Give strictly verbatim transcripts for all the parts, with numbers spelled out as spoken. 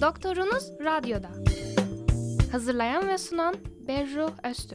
Doktorunuz Radyo'da. Hazırlayan ve sunan Berru Öztürk.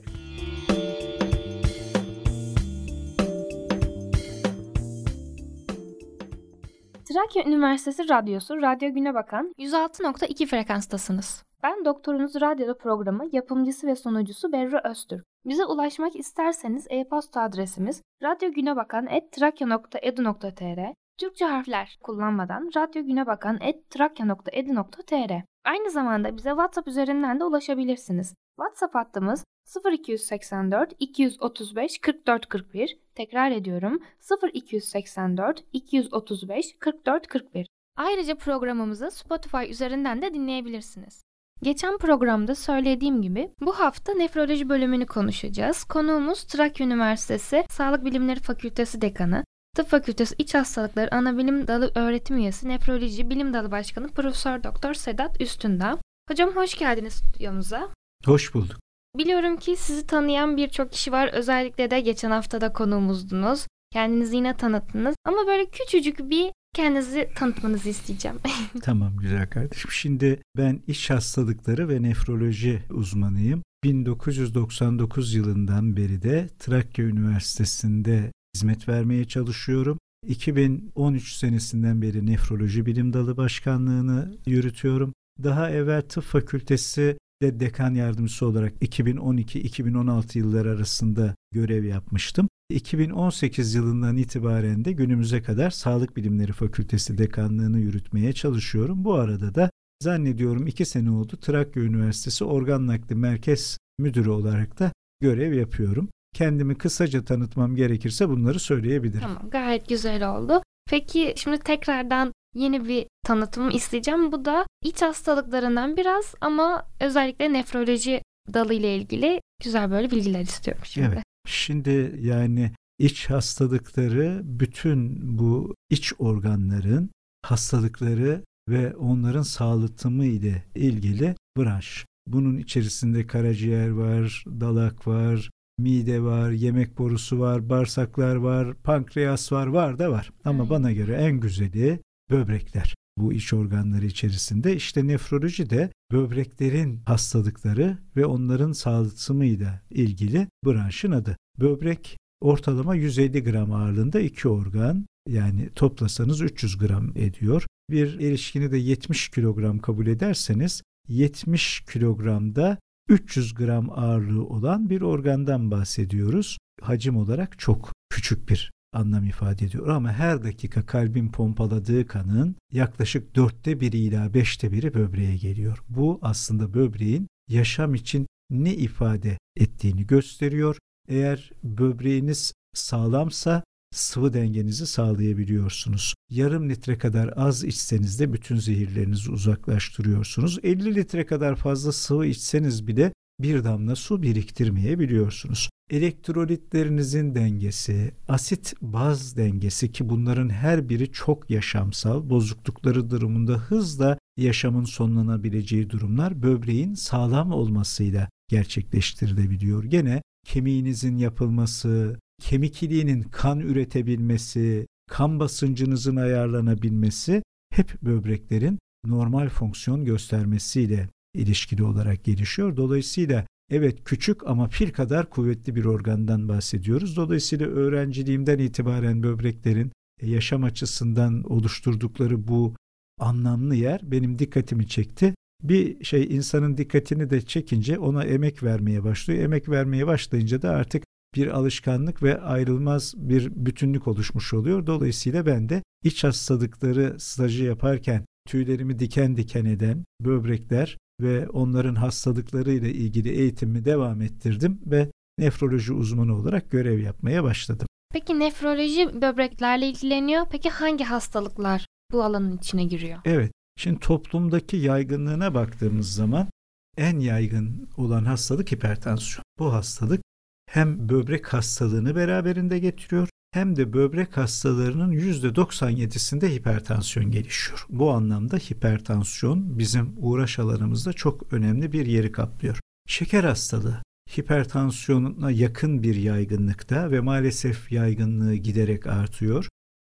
Trakya Üniversitesi Radyosu Radyo Güne Bakan yüz altı nokta iki frekanstasınız. Ben Doktorunuz Radyo'da programı yapımcısı ve sunucusu Berru Öztürk. Bize ulaşmak isterseniz e-posta adresimiz radyogünebakan at trakya nokta edu nokta tr, Türkçe harfler kullanmadan radyogünebakan at trakya nokta edu nokta tr. Aynı zamanda bize WhatsApp üzerinden de ulaşabilirsiniz. WhatsApp hattımız sıfır iki seksen dört iki otuz beş kırk dört kırk bir. Tekrar ediyorum, sıfır iki seksen dört iki otuz beş kırk dört kırk bir. Ayrıca programımızı Spotify üzerinden de dinleyebilirsiniz. Geçen programda söylediğim gibi bu hafta nefroloji bölümünü konuşacağız. Konuğumuz Trakya Üniversitesi Sağlık Bilimleri Fakültesi Dekanı, Tıp Fakültesi İç Hastalıkları Anabilim Dalı Öğretim Üyesi Nefroloji Bilim Dalı Başkanı Profesör Doktor Sedat Üstündağ. Hocam hoş geldiniz stüdyomuza. Hoş bulduk. Biliyorum ki sizi tanıyan birçok kişi var. Özellikle de geçen hafta da konuğumuzdunuz. Kendinizi yine tanıttınız. Ama böyle küçücük bir kendinizi tanıtmanızı isteyeceğim. Tamam güzel kardeşim. Şimdi ben iç hastalıkları ve nefroloji uzmanıyım. bin dokuz yüz doksan dokuz yılından beri de Trakya Üniversitesi'nde hizmet vermeye çalışıyorum. iki bin on üç senesinden beri nefroloji bilim dalı başkanlığını yürütüyorum. Daha evvel tıp fakültesi de dekan yardımcısı olarak iki bin on iki iki bin on altı yılları arasında görev yapmıştım. iki bin on sekiz yılından itibaren de günümüze kadar Sağlık Bilimleri Fakültesi dekanlığını yürütmeye çalışıyorum. Bu arada da zannediyorum iki sene oldu Trakya Üniversitesi Organ Nakli Merkez Müdürü olarak da görev yapıyorum. Kendimi kısaca tanıtmam gerekirse bunları söyleyebilirim. Tamam, gayet güzel oldu. Peki şimdi tekrardan yeni bir tanıtımı isteyeceğim. Bu da iç hastalıklarından biraz ama özellikle nefroloji dalı ile ilgili güzel böyle bilgiler istiyorum şimdi. Evet. Şimdi yani iç hastalıkları bütün bu iç organların hastalıkları ve onların sağlıtımı ile ilgili branş. Bunun içerisinde karaciğer var, dalak var, mide var, yemek borusu var, bağırsaklar var, pankreas var, var da var. Ama Aynen. Bana göre en güzeli böbrekler. Bu iç organları içerisinde işte nefroloji de böbreklerin hastalıkları ve onların sağlıtımıyla ilgili branşın adı. Böbrek ortalama yüz elli gram ağırlığında iki organ, yani toplasanız üç yüz gram ediyor. Bir erişkini de yetmiş kilogram kabul ederseniz yetmiş kilogramda üç yüz gram ağırlığı olan bir organdan bahsediyoruz. Hacim olarak çok küçük bir anlam ifade ediyor ama her dakika kalbin pompaladığı kanın yaklaşık dörtte biri ila beşte biri böbreğe geliyor. Bu aslında böbreğin yaşam için ne ifade ettiğini gösteriyor. Eğer böbreğiniz sağlamsa sıvı dengenizi sağlayabiliyorsunuz. Yarım litre kadar az içseniz de bütün zehirlerinizi uzaklaştırıyorsunuz. elli litre kadar fazla sıvı içseniz bile bir damla su biriktirmeyebiliyorsunuz. Elektrolitlerinizin dengesi, asit baz dengesi ki bunların her biri çok yaşamsal, bozuklukları durumunda hızla yaşamın sonlanabileceği durumlar böbreğin sağlam olmasıyla gerçekleştirilebiliyor. Gene kemiğinizin yapılması, kemik iliğinin kan üretebilmesi, kan basıncınızın ayarlanabilmesi hep böbreklerin normal fonksiyon göstermesiyle ilişkili olarak gelişiyor. Dolayısıyla evet küçük ama pil kadar kuvvetli bir organdan bahsediyoruz. Dolayısıyla öğrenciliğimden itibaren böbreklerin yaşam açısından oluşturdukları bu anlamlı yer benim dikkatimi çekti. Bir şey insanın dikkatini de çekince ona emek vermeye başlıyor. Emek vermeye başlayınca da artık bir alışkanlık ve ayrılmaz bir bütünlük oluşmuş oluyor. Dolayısıyla ben de iç hastalıkları stajı yaparken tüylerimi diken diken eden böbrekler ve onların hastalıklarıyla ilgili eğitimimi devam ettirdim ve nefroloji uzmanı olarak görev yapmaya başladım. Peki nefroloji böbreklerle ilgileniyor. Peki hangi hastalıklar bu alanın içine giriyor? Evet. Şimdi toplumdaki yaygınlığına baktığımız zaman en yaygın olan hastalık hipertansiyon. Bu hastalık hem böbrek hastalığını beraberinde getiriyor hem de böbrek hastalarının yüzde doksan yedisinde hipertansiyon gelişiyor. Bu anlamda hipertansiyon bizim uğraş alanımızda çok önemli bir yeri kaplıyor. Şeker hastalığı hipertansiyona yakın bir yaygınlıkta ve maalesef yaygınlığı giderek artıyor.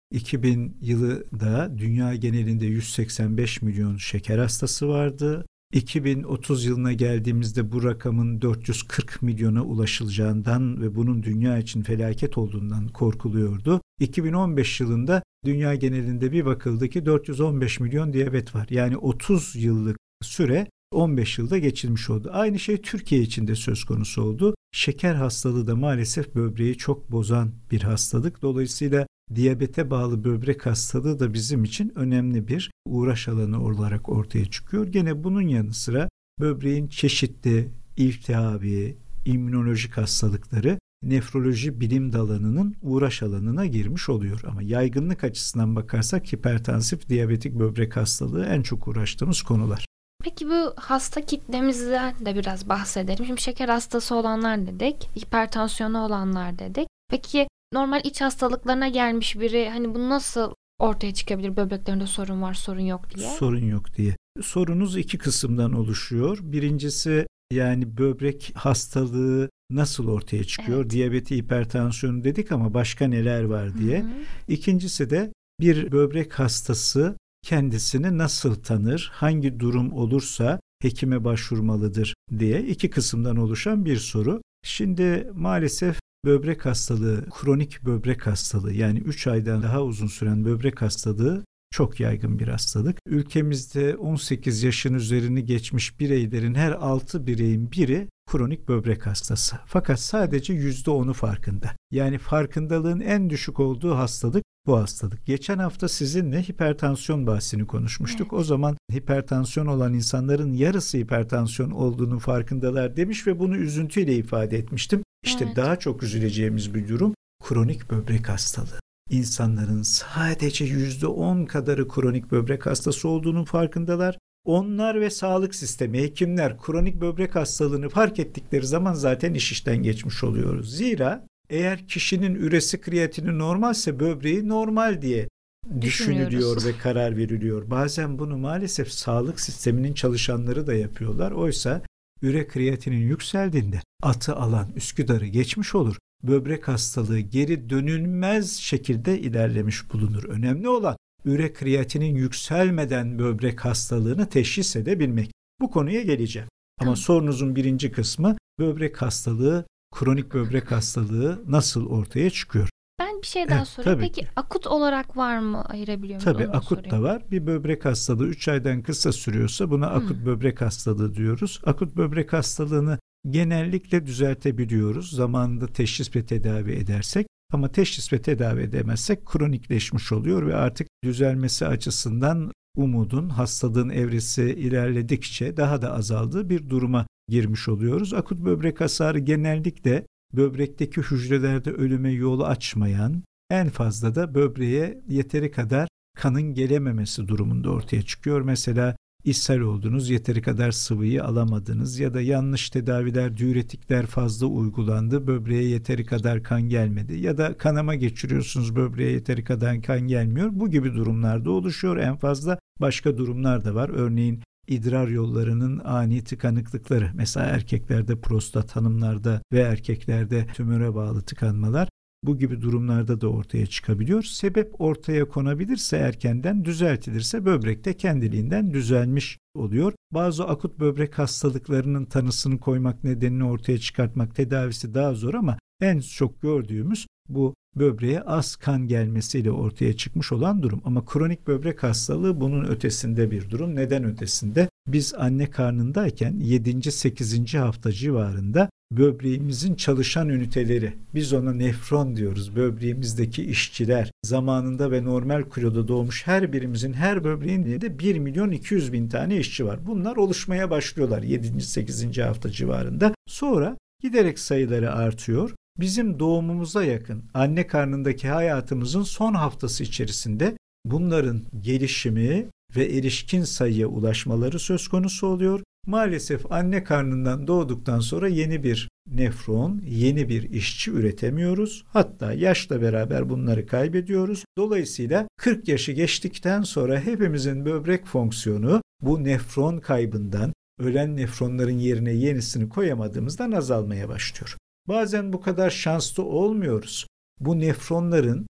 iki bin yılında dünya genelinde yüz seksen beş milyon şeker hastası vardı. iki bin otuz yılına geldiğimizde bu rakamın dört yüz kırk milyona ulaşılacağından ve bunun dünya için felaket olduğundan korkuluyordu. iki bin on beş yılında dünya genelinde bir bakıldı ki dört yüz on beş milyon diyabet var. Yani otuz yıllık süre on beş yılda geçilmiş oldu. Aynı şey Türkiye için de söz konusu oldu. Şeker hastalığı da maalesef böbreği çok bozan bir hastalık. Dolayısıyla diyabete bağlı böbrek hastalığı da bizim için önemli bir uğraş alanı olarak ortaya çıkıyor. Gene bunun yanı sıra böbreğin çeşitli iltihabi, immünolojik hastalıkları nefroloji bilim dalının uğraş alanına girmiş oluyor. Ama yaygınlık açısından bakarsak hipertansif diyabetik böbrek hastalığı en çok uğraştığımız konular. Peki bu hasta kitlemizden de biraz bahsedelim. Şimdi şeker hastası olanlar dedik, hipertansiyonu olanlar dedik. Peki normal iç hastalıklarına gelmiş biri hani bu nasıl ortaya çıkabilir? Böbreklerinde sorun var, sorun yok diye. Sorun yok diye. Sorunuz iki kısımdan oluşuyor. Birincisi yani böbrek hastalığı nasıl ortaya çıkıyor? Evet. Diyabeti, hipertansiyonu dedik ama başka neler var diye. Hı hı. İkincisi de bir böbrek hastası kendisini nasıl tanır, hangi durum olursa hekime başvurmalıdır diye iki kısımdan oluşan bir soru. Şimdi maalesef böbrek hastalığı, kronik böbrek hastalığı yani üç aydan daha uzun süren böbrek hastalığı çok yaygın bir hastalık. Ülkemizde on sekiz yaşın üzerini geçmiş bireylerin her altı bireyin biri kronik böbrek hastası. Fakat sadece yüzde onu farkında. Yani farkındalığın en düşük olduğu hastalık bu hastalık. Geçen hafta sizinle hipertansiyon bahsini konuşmuştuk. Evet. O zaman hipertansiyon olan insanların yarısı hipertansiyon olduğunu farkındalar demiş ve bunu üzüntüyle ifade etmiştim. İşte evet. Daha çok üzüleceğimiz bir durum kronik böbrek hastalığı. İnsanların sadece yüzde on kadarı kronik böbrek hastası olduğunun farkındalar. Onlar ve sağlık sistemi, hekimler kronik böbrek hastalığını fark ettikleri zaman zaten iş işten geçmiş oluyoruz. Zira eğer kişinin üresi kreatini normalse böbreği normal diye düşünülüyor ve karar veriliyor. Bazen bunu maalesef sağlık sisteminin çalışanları da yapıyorlar. Oysa üre kreatinin yükseldiğinde atı alan Üsküdar'ı geçmiş olur. Böbrek hastalığı geri dönülmez şekilde ilerlemiş bulunur. Önemli olan üre kreatinin yükselmeden böbrek hastalığını teşhis edebilmek. Bu konuya geleceğim. Ama Hı. sorunuzun birinci kısmı böbrek hastalığı, kronik böbrek hastalığı nasıl ortaya çıkıyor? Ben bir şey daha evet, sorayım. Tabii. Peki akut olarak var mı, ayırabiliyor muyuz? Tabii akut sorayım. Da var. Bir böbrek hastalığı üç aydan kısa sürüyorsa buna akut hmm. böbrek hastalığı diyoruz. Akut böbrek hastalığını genellikle düzeltebiliyoruz. Zamanında teşhis ve tedavi edersek. Ama teşhis ve tedavi edemezsek kronikleşmiş oluyor ve artık düzelmesi açısından umudun hastalığın evresi ilerledikçe daha da azaldığı bir duruma girmiş oluyoruz. Akut böbrek hasarı genellikle böbrekteki hücrelerde ölüme yol açmayan, en fazla da böbreğe yeteri kadar kanın gelememesi durumunda ortaya çıkıyor. Mesela ishal oldunuz, yeteri kadar sıvıyı alamadınız ya da yanlış tedaviler, diüretikler fazla uygulandı, böbreğe yeteri kadar kan gelmedi ya da kanama geçiriyorsunuz, böbreğe yeteri kadar kan gelmiyor. Bu gibi durumlarda oluşuyor. En fazla başka durumlar da var. Örneğin idrar yollarının ani tıkanıklıkları, mesela erkeklerde prostat, hanımlarda ve erkeklerde tümöre bağlı tıkanmalar bu gibi durumlarda da ortaya çıkabiliyor. Sebep ortaya konabilirse, erkenden düzeltilirse böbrek de kendiliğinden düzelmiş oluyor. Bazı akut böbrek hastalıklarının tanısını koymak, nedenini ortaya çıkartmak, tedavisi daha zor ama en çok gördüğümüz bu böbreğe az kan gelmesiyle ortaya çıkmış olan durum. Ama kronik böbrek hastalığı bunun ötesinde bir durum. Neden ötesinde? Biz anne karnındayken yedinci sekizinci hafta civarında böbreğimizin çalışan üniteleri, biz ona nefron diyoruz, böbreğimizdeki işçiler, zamanında ve normal kiloda doğmuş her birimizin, her böbreğinde de bir milyon iki yüz bin tane işçi var. Bunlar oluşmaya başlıyorlar yedinci sekizinci hafta civarında. Sonra giderek sayıları artıyor. Bizim doğumumuza yakın anne karnındaki hayatımızın son haftası içerisinde bunların gelişimi ve erişkin sayıya ulaşmaları söz konusu oluyor. Maalesef anne karnından doğduktan sonra yeni bir nefron, yeni bir işçi üretemiyoruz. Hatta yaşla beraber bunları kaybediyoruz. Dolayısıyla kırk yaşı geçtikten sonra hepimizin böbrek fonksiyonu bu nefron kaybından, ölen nefronların yerine yenisini koyamadığımızdan azalmaya başlıyor. Bazen bu kadar şanslı olmuyoruz. Bu nefronların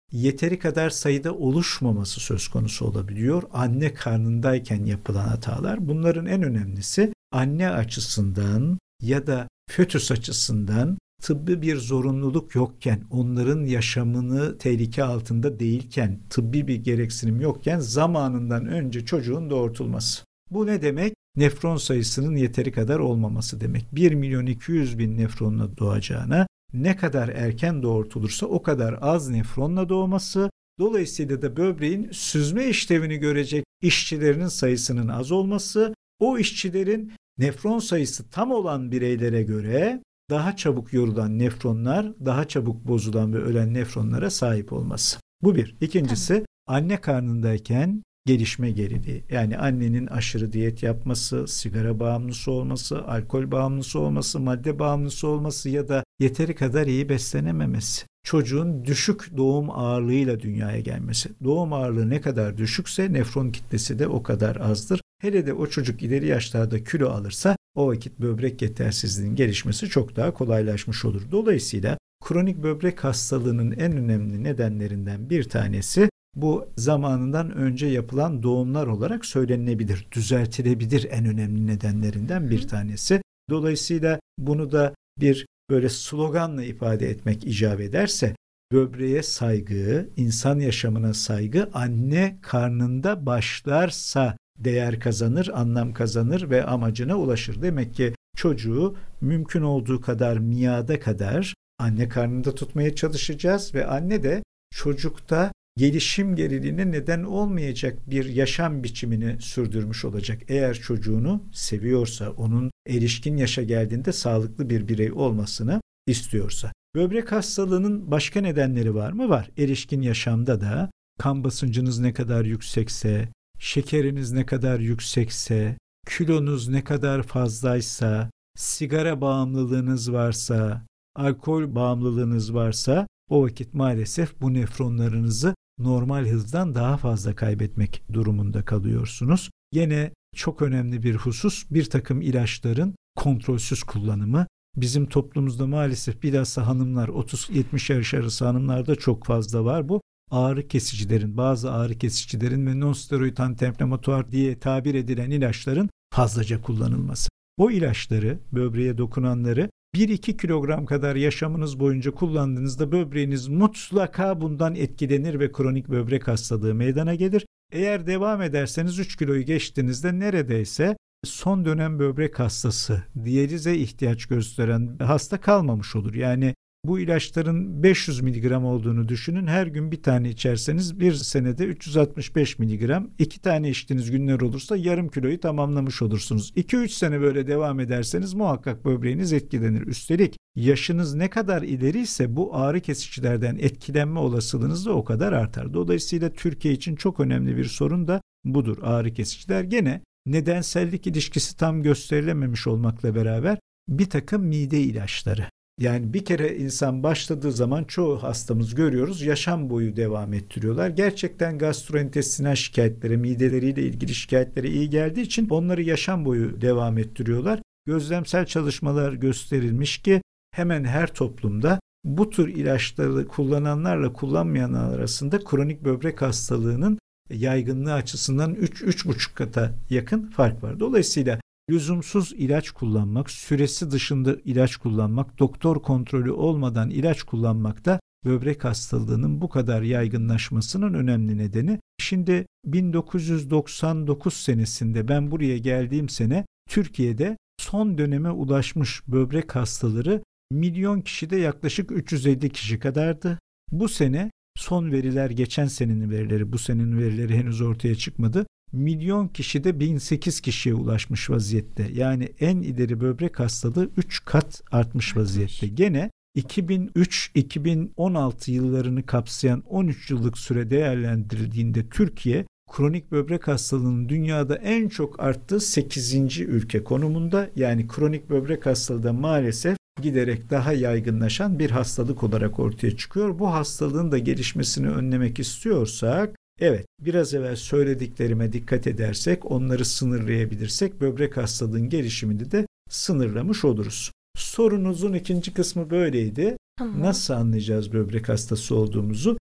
yeteri kadar sayıda oluşmaması söz konusu olabiliyor. Anne karnındayken yapılan hatalar. Bunların en önemlisi anne açısından ya da fötüs açısından tıbbi bir zorunluluk yokken, onların yaşamını tehlike altında değilken, tıbbi bir gereksinim yokken zamanından önce çocuğun doğurtulması. Bu ne demek? Nefron sayısının yeteri kadar olmaması demek. bir milyon iki yüz bin nefronla doğacağına ne kadar erken doğurtulursa o kadar az nefronla doğması, dolayısıyla da böbreğin süzme işlevini görecek işçilerinin sayısının az olması, o işçilerin nefron sayısı tam olan bireylere göre daha çabuk yorulan nefronlar, daha çabuk bozulan ve ölen nefronlara sahip olması. Bu bir. İkincisi, tamam. Anne karnındayken gelişme geriliği. Yani annenin aşırı diyet yapması, sigara bağımlısı olması, alkol bağımlısı olması, madde bağımlısı olması ya da yeteri kadar iyi beslenememesi. Çocuğun düşük doğum ağırlığıyla dünyaya gelmesi. Doğum ağırlığı ne kadar düşükse nefron kitlesi de o kadar azdır. Hele de o çocuk ileri yaşlarda kilo alırsa o vakit böbrek yetersizliğinin gelişmesi çok daha kolaylaşmış olur. Dolayısıyla kronik böbrek hastalığının en önemli nedenlerinden bir tanesi bu zamanından önce yapılan doğumlar olarak söylenilebilir, düzeltilebilir en önemli nedenlerinden bir tanesi. Dolayısıyla bunu da bir böyle sloganla ifade etmek icap ederse, böbreğe saygı, insan yaşamına saygı anne karnında başlarsa değer kazanır, anlam kazanır ve amacına ulaşır. Demek ki çocuğu mümkün olduğu kadar miada kadar anne karnında tutmaya çalışacağız ve anne de çocukta gelişim geriliğine neden olmayacak bir yaşam biçimini sürdürmüş olacak. Eğer çocuğunu seviyorsa, onun erişkin yaşa geldiğinde sağlıklı bir birey olmasını istiyorsa. Böbrek hastalığının başka nedenleri var mı? Var. Erişkin yaşamda da kan basıncınız ne kadar yüksekse, şekeriniz ne kadar yüksekse, kilonuz ne kadar fazlaysa, sigara bağımlılığınız varsa, alkol bağımlılığınız varsa o vakit maalesef bu nefronlarınızı normal hızdan daha fazla kaybetmek durumunda kalıyorsunuz. Yine çok önemli bir husus, bir takım ilaçların kontrolsüz kullanımı. Bizim toplumumuzda maalesef bilhassa hanımlar, otuz yetmiş yaş arası hanımlarda çok fazla var bu. Ağrı kesicilerin, bazı ağrı kesicilerin ve non-steroid anti-inflamatuar diye tabir edilen ilaçların fazlaca kullanılması. O ilaçları, böbreğe dokunanları bir iki kilogram kadar yaşamınız boyunca kullandığınızda böbreğiniz mutlaka bundan etkilenir ve kronik böbrek hastalığı meydana gelir. Eğer devam ederseniz üç kiloyu geçtiğinizde neredeyse son dönem böbrek hastası, diyalize ihtiyaç gösteren hasta kalmamış olur. Yani bu ilaçların beş yüz miligram olduğunu düşünün. Her gün bir tane içerseniz bir senede üç yüz altmış beş miligram. iki tane içtiğiniz günler olursa yarım kiloyu tamamlamış olursunuz. iki üç sene böyle devam ederseniz muhakkak böbreğiniz etkilenir. Üstelik yaşınız ne kadar ileriyse bu ağrı kesicilerden etkilenme olasılığınız da o kadar artar. Dolayısıyla Türkiye için çok önemli bir sorun da budur, ağrı kesiciler. Gene nedensellik ilişkisi tam gösterilememiş olmakla beraber bir takım mide ilaçları. Yani bir kere insan başladığı zaman çoğu hastamız görüyoruz yaşam boyu devam ettiriyorlar. Gerçekten gastrointestinal şikayetlere, mideleriyle ilgili şikayetlere iyi geldiği için onları yaşam boyu devam ettiriyorlar. Gözlemsel çalışmalar gösterilmiş ki hemen her toplumda bu tür ilaçları kullananlarla kullanmayanlar arasında kronik böbrek hastalığının yaygınlığı açısından üç üç buçuk kata yakın fark var. Dolayısıyla lüzumsuz ilaç kullanmak, süresi dışında ilaç kullanmak, doktor kontrolü olmadan ilaç kullanmak da böbrek hastalığının bu kadar yaygınlaşmasının önemli nedeni. Şimdi bin dokuz yüz doksan dokuz senesinde ben buraya geldiğim sene Türkiye'de son döneme ulaşmış böbrek hastaları milyon kişide yaklaşık üç yüz elli kişi kadardı. Bu sene son veriler geçen senenin verileri, bu senenin verileri henüz ortaya çıkmadı. Milyon kişide bin sekiz kişiye ulaşmış vaziyette. Yani en ileri böbrek hastalığı üç kat artmış vaziyette. Gene iki bin üç iki bin on altı yıllarını kapsayan on üç yıllık süre değerlendirildiğinde Türkiye kronik böbrek hastalığının dünyada en çok arttığı sekizinci ülke konumunda. Yani kronik böbrek hastalığı da maalesef giderek daha yaygınlaşan bir hastalık olarak ortaya çıkıyor. Bu hastalığın da gelişmesini önlemek istiyorsak, evet, biraz evvel söylediklerime dikkat edersek, onları sınırlayabilirsek böbrek hastalığın gelişimini de sınırlamış oluruz. Sorunuzun ikinci kısmı böyleydi. Tamam. Nasıl anlayacağız böbrek hastası olduğumuzu?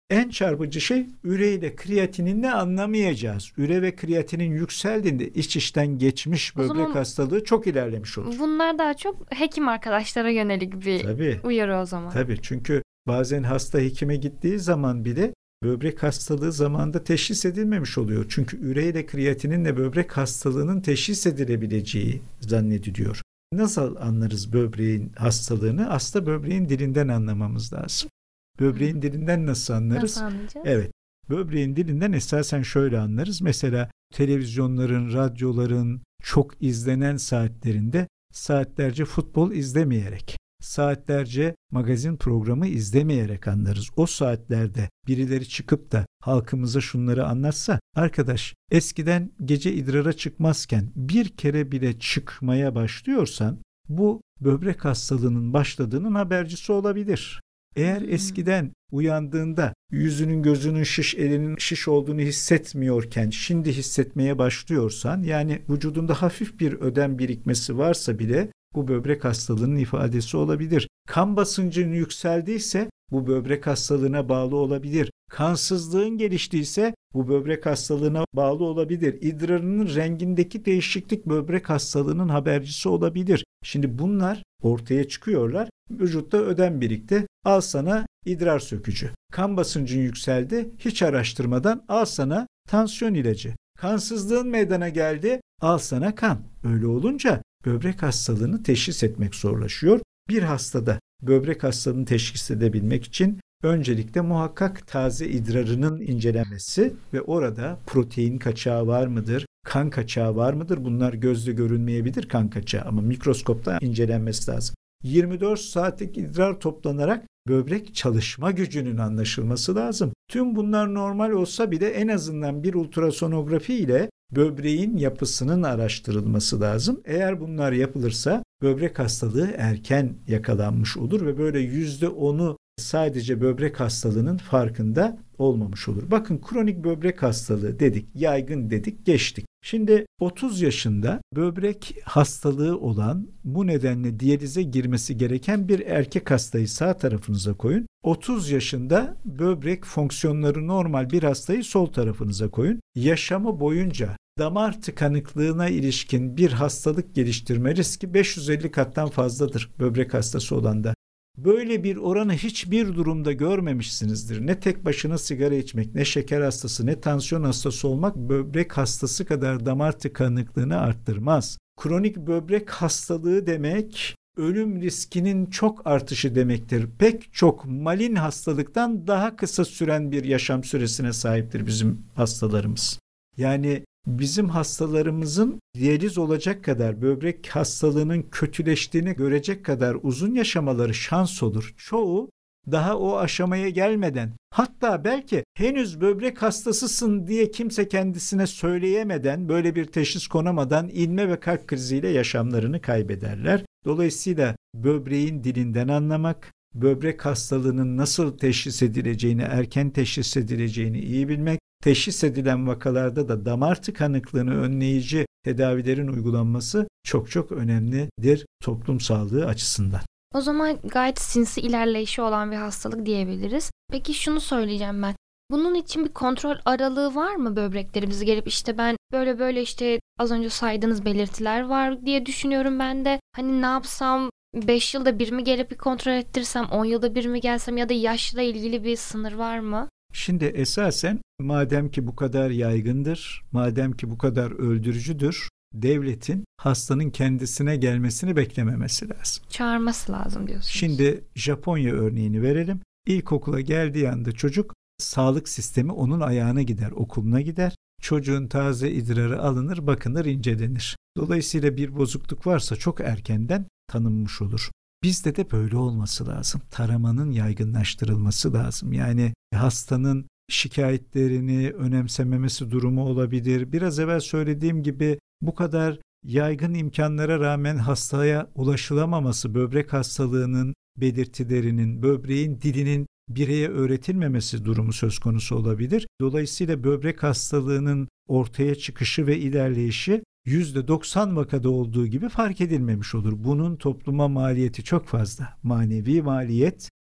En çarpıcı şey üreyle kreatininle anlamayacağız. Üre ve kreatinin yükseldiğinde iç içten geçmiş böbrek zaman, hastalığı çok ilerlemiş olur. Bunlar daha çok hekim arkadaşlara yönelik bir Tabii. uyarı o zaman. Tabii, çünkü bazen hasta hekime gittiği zaman bile böbrek hastalığı zamanında teşhis edilmemiş oluyor. Çünkü üreyle kreatininle böbrek hastalığının teşhis edilebileceği zannediliyor. Nasıl anlarız böbreğin hastalığını? Aslında böbreğin dilinden anlamamız lazım. Böbreğin dilinden nasıl anlarız? Nasıl anlayacağız? Evet. Böbreğin dilinden esasen şöyle anlarız. Mesela televizyonların, radyoların çok izlenen saatlerinde saatlerce futbol izlemeyerek, saatlerce magazin programı izlemeyerek anlarız. O saatlerde birileri çıkıp da halkımıza şunları anlatsa, arkadaş eskiden gece idrara çıkmazken bir kere bile çıkmaya başlıyorsan bu böbrek hastalığının başladığının habercisi olabilir. Eğer hmm. eskiden uyandığında yüzünün gözünün şiş, elinin şiş olduğunu hissetmiyorken şimdi hissetmeye başlıyorsan, yani vücudunda hafif bir ödem birikmesi varsa bile bu böbrek hastalığının ifadesi olabilir. Kan basıncın yükseldiyse bu böbrek hastalığına bağlı olabilir. Kansızlığın geliştiyse bu böbrek hastalığına bağlı olabilir. İdrarının rengindeki değişiklik böbrek hastalığının habercisi olabilir. Şimdi bunlar ortaya çıkıyorlar. Vücutta ödem birikti. Al sana idrar sökücü. Kan basıncın yükseldi. Hiç araştırmadan al sana tansiyon ilacı. Kansızlığın meydana geldi. Al sana kan. Öyle olunca böbrek hastalığını teşhis etmek zorlaşıyor. Bir hastada böbrek hastalığını teşhis edebilmek için öncelikle muhakkak taze idrarının incelenmesi ve orada protein kaçağı var mıdır, kan kaçağı var mıdır? Bunlar gözle görünmeyebilir, kan kaçağı, ama mikroskopta incelenmesi lazım. yirmi dört saatlik idrar toplanarak böbrek çalışma gücünün anlaşılması lazım. Tüm bunlar normal olsa bile en azından bir ultrasonografi ile böbreğin yapısının araştırılması lazım. Eğer bunlar yapılırsa böbrek hastalığı erken yakalanmış olur ve böyle yüzde onu sadece böbrek hastalığının farkında olmamış olur. Bakın, kronik böbrek hastalığı dedik, yaygın dedik, geçtik. Şimdi otuz yaşında böbrek hastalığı olan, bu nedenle diyalize girmesi gereken bir erkek hastayı sağ tarafınıza koyun. otuz yaşında böbrek fonksiyonları normal bir hastayı sol tarafınıza koyun. Yaşamı boyunca damar tıkanıklığına ilişkin bir hastalık geliştirme riski beş yüz elli kattan fazladır böbrek hastası olanda. Böyle bir oranı hiçbir durumda görmemişsinizdir. Ne tek başına sigara içmek, ne şeker hastası, ne tansiyon hastası olmak böbrek hastası kadar damar tıkanıklığını arttırmaz. Kronik böbrek hastalığı demek, ölüm riskinin çok artışı demektir. Pek çok malin hastalıktan daha kısa süren bir yaşam süresine sahiptir bizim hastalarımız. Yani bizim hastalarımızın diyaliz olacak kadar, böbrek hastalığının kötüleştiğini görecek kadar uzun yaşamaları şans olur. Çoğu daha o aşamaya gelmeden, hatta belki henüz böbrek hastasısın diye kimse kendisine söyleyemeden, böyle bir teşhis konamadan inme ve kalp kriziyle yaşamlarını kaybederler. Dolayısıyla böbreğin dilinden anlamak, böbrek hastalığının nasıl teşhis edileceğini, erken teşhis edileceğini iyi bilmek, teşhis edilen vakalarda da damar tıkanıklığını önleyici tedavilerin uygulanması çok çok önemlidir toplum sağlığı açısından. O zaman gayet sinsi ilerleyişi olan bir hastalık diyebiliriz. Peki şunu söyleyeceğim ben. Bunun için bir kontrol aralığı var mı böbreklerimizi gelip işte ben böyle böyle işte az önce saydığınız belirtiler var diye düşünüyorum ben de. Hani ne yapsam, beş yılda bir mi gelip bir kontrol ettirsem, on yılda bir mi gelsem ya da yaşla ilgili bir sınır var mı? Şimdi esasen madem ki bu kadar yaygındır, madem ki bu kadar öldürücüdür, devletin hastanın kendisine gelmesini beklememesi lazım. Çağırması lazım diyorsunuz. Şimdi Japonya örneğini verelim. İlkokula geldiği anda çocuk, sağlık sistemi onun ayağına gider, okuluna gider. Çocuğun taze idrarı alınır, bakınır, incelenir. Dolayısıyla bir bozukluk varsa çok erkenden tanınmış olur. Bizde de böyle olması lazım. Taramanın yaygınlaştırılması lazım. Yani hastanın şikayetlerini önemsememesi durumu olabilir. Biraz evvel söylediğim gibi bu kadar yaygın imkanlara rağmen hastaya ulaşılamaması, böbrek hastalığının belirtilerinin, böbreğin dilinin bireye öğretilmemesi durumu söz konusu olabilir. Dolayısıyla böbrek hastalığının ortaya çıkışı ve ilerleyişi yüzde doksan vakada olduğu gibi fark edilmemiş olur. Bunun topluma maliyeti çok fazla. Manevi maliyet,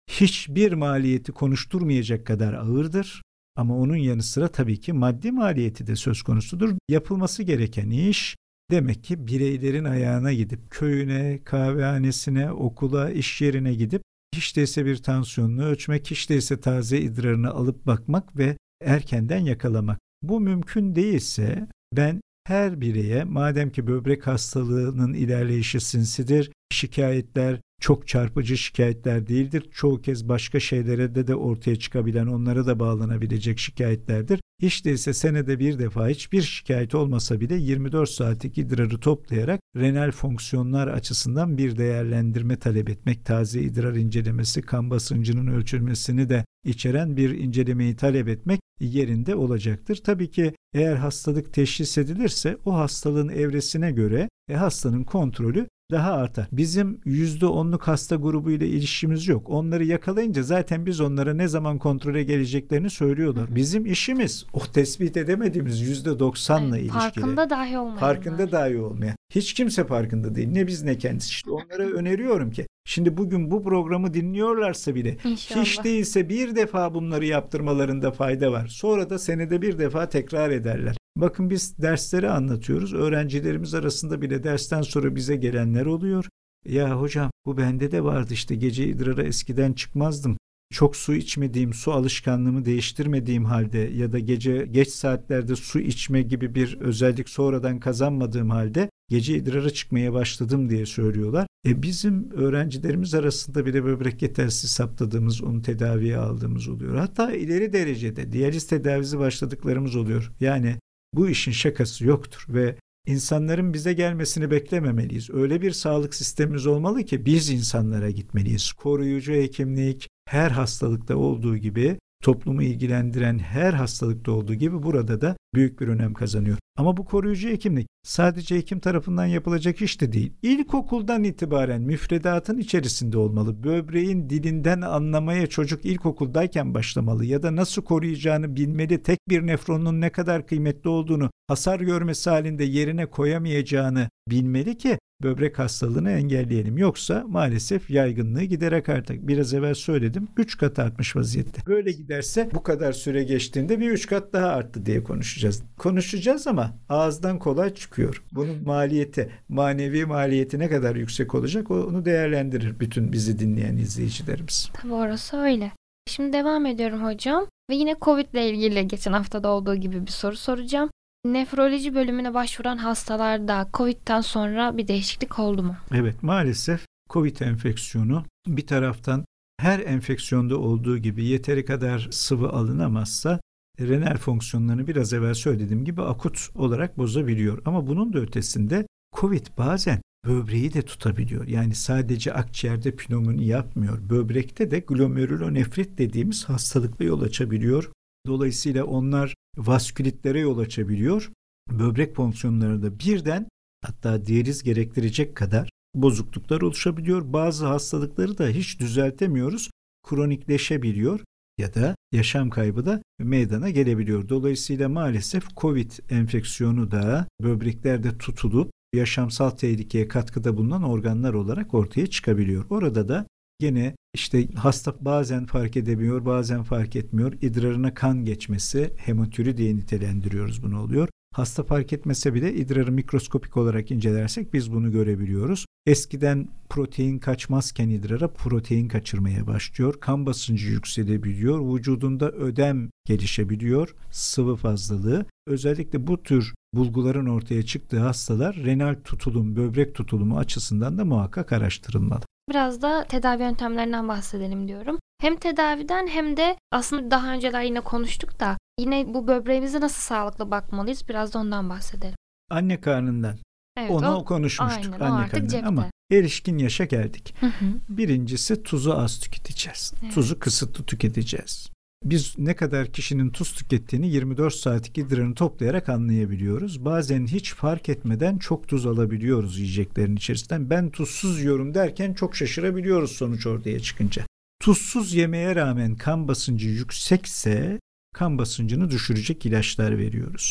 hiçbir maliyeti konuşturmayacak kadar ağırdır. Ama onun yanı sıra tabii ki maddi maliyeti de söz konusudur. Yapılması gereken iş demek ki bireylerin ayağına gidip köyüne, kahvehanesine, okula, iş yerine gidip hiç değilse bir tansiyonunu ölçmek, hiç değilse taze idrarını alıp bakmak ve erkenden yakalamak. Bu mümkün değilse ben her bireye, madem ki böbrek hastalığının ilerleyişi sinsidir, şikayetler çok çarpıcı şikayetler değildir. Çoğu kez başka şeylere de de ortaya çıkabilen, onlara da bağlanabilecek şikayetlerdir. Hiç değilse senede bir defa hiçbir şikayet olmasa bile yirmi dört saatlik idrarı toplayarak renal fonksiyonlar açısından bir değerlendirme talep etmek, taze idrar incelemesi, kan basıncının ölçülmesini de içeren bir incelemeyi talep etmek yerinde olacaktır. Tabii ki eğer hastalık teşhis edilirse o hastalığın evresine göre e, hastanın kontrolü daha artar. Bizim yüzde onluk hasta grubuyla ilişkimiz yok. Onları yakalayınca zaten biz onlara ne zaman kontrole geleceklerini söylüyorlar. Hı hı. Bizim işimiz o tespit edemediğimiz yüzde doksanla ilişkili. Farkında dahi olmayan. Farkında dahi olmayan. Hiç kimse farkında değil. Ne biz ne kendisi. İşte onlara öneriyorum ki şimdi bugün bu programı dinliyorlarsa bile İnşallah. Hiç değilse bir defa bunları yaptırmalarında fayda var. Sonra da senede bir defa tekrar ederler. Bakın biz dersleri anlatıyoruz. Öğrencilerimiz arasında bile dersten sonra bize gelenler oluyor. Ya hocam bu bende de vardı, işte gece idrara eskiden çıkmazdım. Çok su içmediğim, su alışkanlığımı değiştirmediğim halde ya da gece geç saatlerde su içme gibi bir özellik sonradan kazanmadığım halde gece idrara çıkmaya başladım diye söylüyorlar. E bizim öğrencilerimiz arasında bile böbrek yetersizliği saptadığımız, onu tedaviye aldığımız oluyor. Hatta ileri derecede diyaliz tedavisi başladıklarımız oluyor. Yani bu işin şakası yoktur ve insanların bize gelmesini beklememeliyiz. Öyle bir sağlık sistemimiz olmalı ki biz insanlara gitmeliyiz. Koruyucu hekimlik her hastalıkta olduğu gibi, toplumu ilgilendiren her hastalıkta olduğu gibi burada da büyük bir önem kazanıyor. Ama bu koruyucu hekimlik sadece hekim tarafından yapılacak iş de değil. İlkokuldan itibaren müfredatın içerisinde olmalı. Böbreğin dilinden anlamaya çocuk ilkokuldayken başlamalı ya da nasıl koruyacağını bilmeli. Tek bir nefronun ne kadar kıymetli olduğunu, hasar görmesi halinde yerine koyamayacağını bilmeli ki böbrek hastalığını engelleyelim. Yoksa maalesef yaygınlığı giderek artar. Biraz evvel söyledim. üç kat artmış vaziyette. Böyle giderse bu kadar süre geçtiğinde bir üç kat daha arttı diye konuşacağız. Konuşacağız ama ağızdan kolay çıkıyor. Bunun maliyeti, manevi maliyeti ne kadar yüksek olacak onu değerlendirir bütün bizi dinleyen izleyicilerimiz. Tabii orası öyle. Şimdi devam ediyorum hocam. Ve yine Covid ile ilgili geçen haftada olduğu gibi bir soru soracağım. Nefroloji bölümüne başvuran hastalarda Covid'den sonra bir değişiklik oldu mu? Evet, maalesef Covid enfeksiyonu bir taraftan her enfeksiyonda olduğu gibi yeteri kadar sıvı alınamazsa renal fonksiyonlarını biraz evvel söylediğim gibi akut olarak bozabiliyor. Ama bunun da ötesinde Covid bazen böbreği de tutabiliyor. Yani sadece akciğerde pnömoni yapmıyor. Böbrekte de glomerulonefrit dediğimiz hastalıkla yol açabiliyor. Dolayısıyla onlar vaskülitlere yol açabiliyor. Böbrek fonksiyonlarında birden, hatta diyaliz gerektirecek kadar bozukluklar oluşabiliyor. Bazı hastalıkları da hiç düzeltemiyoruz. Kronikleşebiliyor ya da yaşam kaybı da meydana gelebiliyor. Dolayısıyla maalesef Covid enfeksiyonu da böbreklerde tutulup yaşamsal tehlikeye katkıda bulunan organlar olarak ortaya çıkabiliyor. Orada da gene işte hasta bazen fark edemiyor, bazen fark etmiyor. İdrarına kan geçmesi, hematüri diye nitelendiriyoruz bunu oluyor. Hasta fark etmese bile idrarı mikroskopik olarak incelersek biz bunu görebiliyoruz. Eskiden protein kaçmazken idrara protein kaçırmaya başlıyor. Kan basıncı yükselebiliyor. Vücudunda ödem gelişebiliyor. Sıvı fazlalığı. Özellikle bu tür bulguların ortaya çıktığı hastalar renal tutulum, böbrek tutulumu açısından da muhakkak araştırılmalı. Biraz da tedavi yöntemlerinden bahsedelim diyorum. Hem tedaviden hem de aslında daha önceler yine konuştuk da yine bu böbreğimize nasıl sağlıklı bakmalıyız, biraz da ondan bahsedelim. Anne karnından. Evet, onu o, konuşmuştuk. Aynen, anne karnından ama erişkin yaşa geldik. Hı hı. Birincisi tuzu az tüketeceğiz. Evet. Tuzu kısıtlı tüketeceğiz. Biz ne kadar kişinin tuz tükettiğini yirmi dört saatlik idrarını toplayarak anlayabiliyoruz. Bazen hiç fark etmeden çok tuz alabiliyoruz yiyeceklerin içerisinden. Ben tuzsuz yiyorum derken çok şaşırabiliyoruz sonuç ortaya çıkınca. Tuzsuz yemeye rağmen kan basıncı yüksekse kan basıncını düşürecek ilaçlar veriyoruz.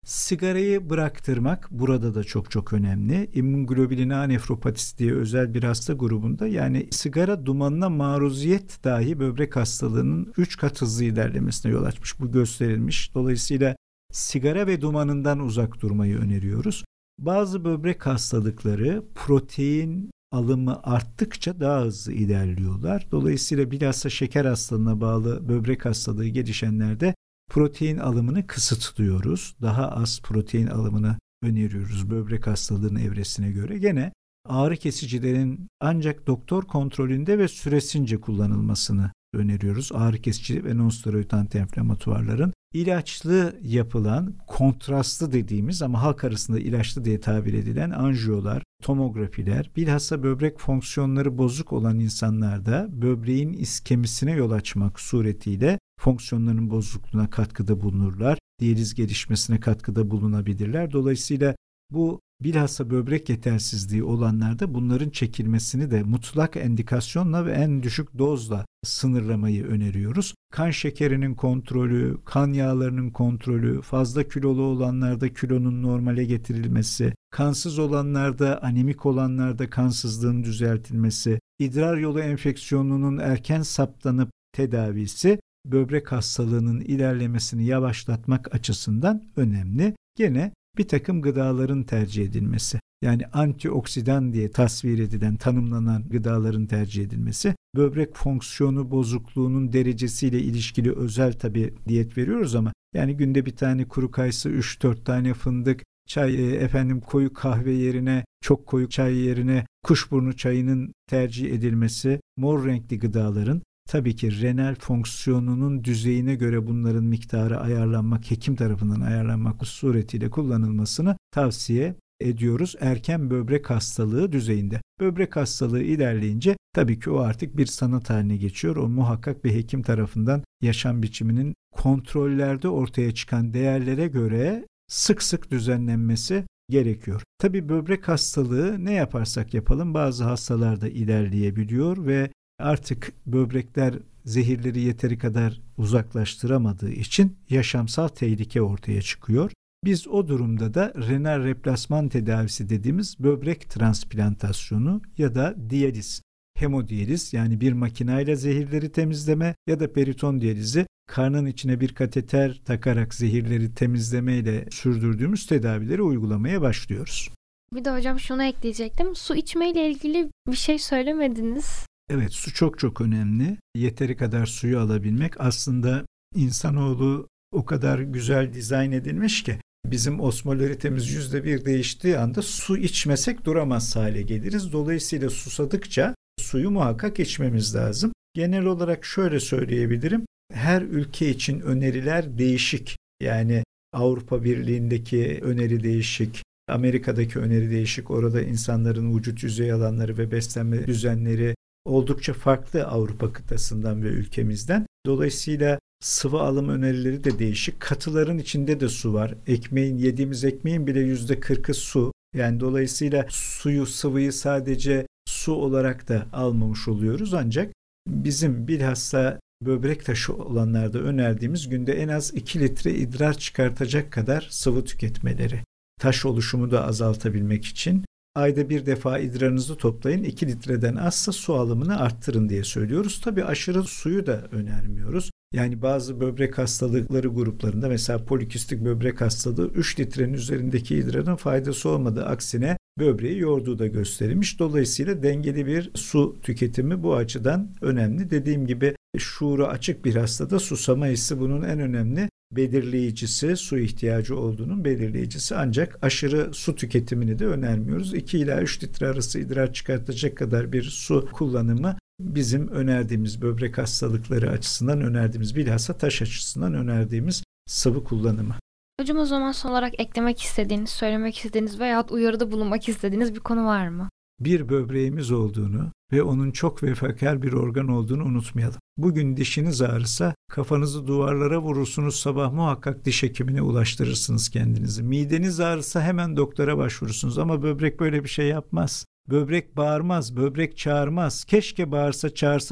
Sigarayı bıraktırmak burada da çok çok önemli. İmmünoglobulin A nefropatisi diye özel bir hasta grubunda, yani sigara dumanına maruziyet dahi böbrek hastalığının üç kat hızlı ilerlemesine yol açmış. Bu gösterilmiş. Dolayısıyla sigara ve dumanından uzak durmayı öneriyoruz. Bazı böbrek hastalıkları protein alımı arttıkça daha hızlı ilerliyorlar. Dolayısıyla bilhassa şeker hastalığına bağlı böbrek hastalığı gelişenlerde protein alımını kısıtlıyoruz. Daha az protein alımını öneriyoruz böbrek hastalığının evresine göre. Gene ağrı kesicilerin ancak doktor kontrolünde ve süresince kullanılmasını öneriyoruz. Ağrı kesici ve nonsteroid antiinflamatuarların ilaçlı yapılan, kontrastlı dediğimiz ama halk arasında ilaçlı diye tabir edilen anjiyolar, tomografiler, bilhassa böbrek fonksiyonları bozuk olan insanlarda böbreğin iskemisine yol açmak suretiyle fonksiyonlarının bozukluğuna katkıda bulunurlar. Diyaliz gelişmesine katkıda bulunabilirler. Dolayısıyla bu bilhassa böbrek yetersizliği olanlarda bunların çekilmesini de mutlak endikasyonla ve en düşük dozla sınırlamayı öneriyoruz. Kan şekerinin kontrolü, kan yağlarının kontrolü, fazla kilolu olanlarda kilonun normale getirilmesi, kansız olanlarda, anemik olanlarda kansızlığın düzeltilmesi, idrar yolu enfeksiyonunun erken saptanıp tedavisi böbrek hastalığının ilerlemesini yavaşlatmak açısından önemli. Gene bir takım gıdaların tercih edilmesi, yani antioksidan diye tasvir edilen, tanımlanan gıdaların tercih edilmesi, böbrek fonksiyonu bozukluğunun derecesiyle ilişkili özel tabii diyet veriyoruz ama yani günde bir tane kuru kayısı, üç dört tane fındık, çay, efendim koyu kahve yerine, çok koyu çay yerine kuşburnu çayının tercih edilmesi, mor renkli gıdaların tabii ki renal fonksiyonunun düzeyine göre bunların miktarı ayarlanmak, hekim tarafından ayarlanmak suretiyle kullanılmasını tavsiye ediyoruz erken böbrek hastalığı düzeyinde. Böbrek hastalığı ilerleyince tabii ki o artık bir sanat haline geçiyor. O muhakkak bir hekim tarafından yaşam biçiminin kontrollerde ortaya çıkan değerlere göre sık sık düzenlenmesi gerekiyor. Tabii böbrek hastalığı ne yaparsak yapalım bazı hastalarda ilerleyebiliyor ve artık böbrekler zehirleri yeteri kadar uzaklaştıramadığı için yaşamsal tehlike ortaya çıkıyor. Biz o durumda da renal replasman tedavisi dediğimiz böbrek transplantasyonu ya da diyaliz, hemodiyaliz, yani bir makinayla zehirleri temizleme ya da periton diyalizi, karnın içine bir kateter takarak zehirleri temizlemeyle sürdürdüğümüz tedavileri uygulamaya başlıyoruz. Bir de hocam şunu ekleyecektim. Su içmeyle ilgili bir şey söylemediniz. Evet, su çok çok önemli. Yeteri kadar suyu alabilmek. Aslında insanoğlu o kadar güzel dizayn edilmiş ki bizim osmolaritemiz yüzde bir değiştiği anda su içmesek duramaz hale geliriz. Dolayısıyla susadıkça suyu muhakkak içmemiz lazım. Genel olarak şöyle söyleyebilirim. Her ülke için öneriler değişik. Yani Avrupa Birliği'ndeki öneri değişik. Amerika'daki öneri değişik. Orada insanların vücut yüzey alanları ve beslenme düzenleri oldukça farklı Avrupa kıtasından ve ülkemizden. Dolayısıyla sıvı alım önerileri de değişik. Katıların içinde de su var. Ekmeğin, yediğimiz ekmeğin bile yüzde kırkı su. Yani dolayısıyla suyu, sıvıyı sadece su olarak da almamış oluyoruz. Ancak bizim bilhassa böbrek taşı olanlarda önerdiğimiz günde en az iki litre idrar çıkartacak kadar sıvı tüketmeleri. Taş oluşumu da azaltabilmek için ayda bir defa idrarınızı toplayın, iki litreden azsa su alımını arttırın diye söylüyoruz. Tabii aşırı suyu da önermiyoruz. Yani bazı böbrek hastalıkları gruplarında mesela polikistik böbrek hastalığı üç litrenin üzerindeki idrarın faydası olmadığı, aksine böbreği yorduğu da gösterilmiş. Dolayısıyla dengeli bir su tüketimi bu açıdan önemli. Dediğim gibi şuuru açık bir hastada susama hissi bunun en önemli belirleyicisi, su ihtiyacı olduğunun belirleyicisi. Ancak aşırı su tüketimini de önermiyoruz. iki ila üç litre arası idrar çıkartacak kadar bir su kullanımı bizim önerdiğimiz, böbrek hastalıkları açısından önerdiğimiz, bilhassa taş açısından önerdiğimiz sıvı kullanımı. Hocam, o zaman son olarak eklemek istediğiniz, söylemek istediğiniz veya uyarıda bulunmak istediğiniz bir konu var mı? Bir böbreğimiz olduğunu ve onun çok vefakar bir organ olduğunu unutmayalım. Bugün dişiniz ağrısa kafanızı duvarlara vurursunuz, sabah muhakkak diş hekimine ulaştırırsınız kendinizi. Mideniz ağrısa hemen doktora başvurursunuz ama böbrek böyle bir şey yapmaz. Böbrek bağırmaz, böbrek çağırmaz. Keşke bağırsa çağırsa da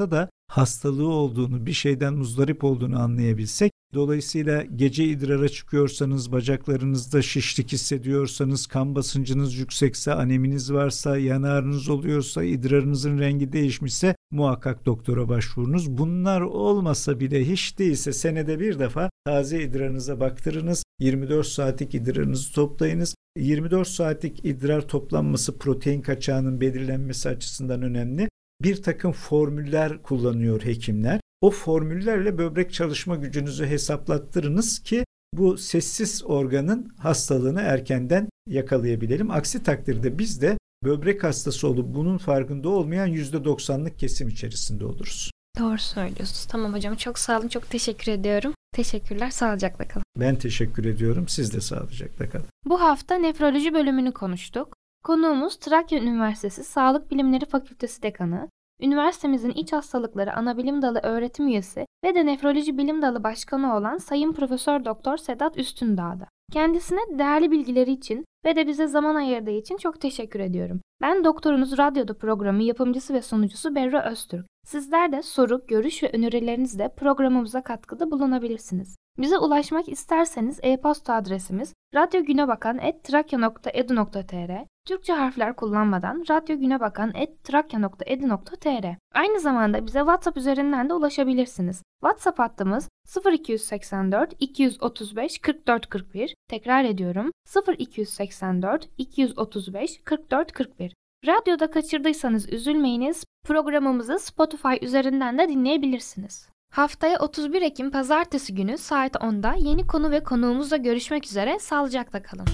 hastalığı olduğunu, bir şeyden muzdarip olduğunu anlayabilsek, dolayısıyla gece idrara çıkıyorsanız, bacaklarınızda şişlik hissediyorsanız, kan basıncınız yüksekse, aneminiz varsa, yanağınız oluyorsa, idrarınızın rengi değişmişse muhakkak doktora başvurunuz. Bunlar olmasa bile hiç değilse senede bir defa taze idrarınıza baktırınız. yirmi dört saatlik idrarınızı toplayınız. yirmi dört saatlik idrar toplanması protein kaçağının belirlenmesi açısından önemli. Bir takım formüller kullanıyor hekimler. O formüllerle böbrek çalışma gücünüzü hesaplattırınız ki bu sessiz organın hastalığını erkenden yakalayabilelim. Aksi takdirde biz de böbrek hastası olup bunun farkında olmayan yüzde doksanlık kesim içerisinde oluruz. Doğru söylüyorsunuz. Tamam hocam, çok sağ olun, çok teşekkür ediyorum. Teşekkürler, sağlıcakla kalın. Ben teşekkür ediyorum, siz de sağlıcakla kalın. Bu hafta nefroloji bölümünü konuştuk. Konuğumuz Trakya Üniversitesi Sağlık Bilimleri Fakültesi Dekanı, üniversitemizin İç Hastalıkları Anabilim Dalı öğretim üyesi ve de Nefroloji Bilim Dalı Başkanı olan Sayın Profesör Doktor Sedat Üstündağ'da. Kendisine değerli bilgileri için ve de bize zaman ayırdığı için çok teşekkür ediyorum. Ben Doktorunuz Radyo'da programı yapımcısı ve sunucusu Berra Öztürk. Sizler de soru, görüş ve önerilerinizle programımıza katkıda bulunabilirsiniz. Bize ulaşmak isterseniz e-posta adresimiz radyogünebakan at trakya nokta edu nokta tr, Türkçe harfler kullanmadan radyogünebakan at trakya nokta edu nokta tr. Aynı zamanda bize WhatsApp üzerinden de ulaşabilirsiniz. WhatsApp hattımız sıfır iki seksen dört iki otuz beş kırk dört kırk bir. Tekrar ediyorum, sıfır iki seksen dört iki otuz beş kırk dört kırk bir. Radyoda kaçırdıysanız üzülmeyiniz, programımızı Spotify üzerinden de dinleyebilirsiniz. Haftaya otuz bir Ekim Pazartesi günü saat onda yeni konu ve konuğumuzla görüşmek üzere, sağlıcakla kalın.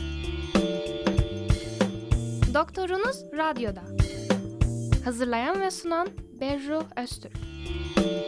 Doktorunuz Radyo'da. Hazırlayan ve sunan Berru Öztürk.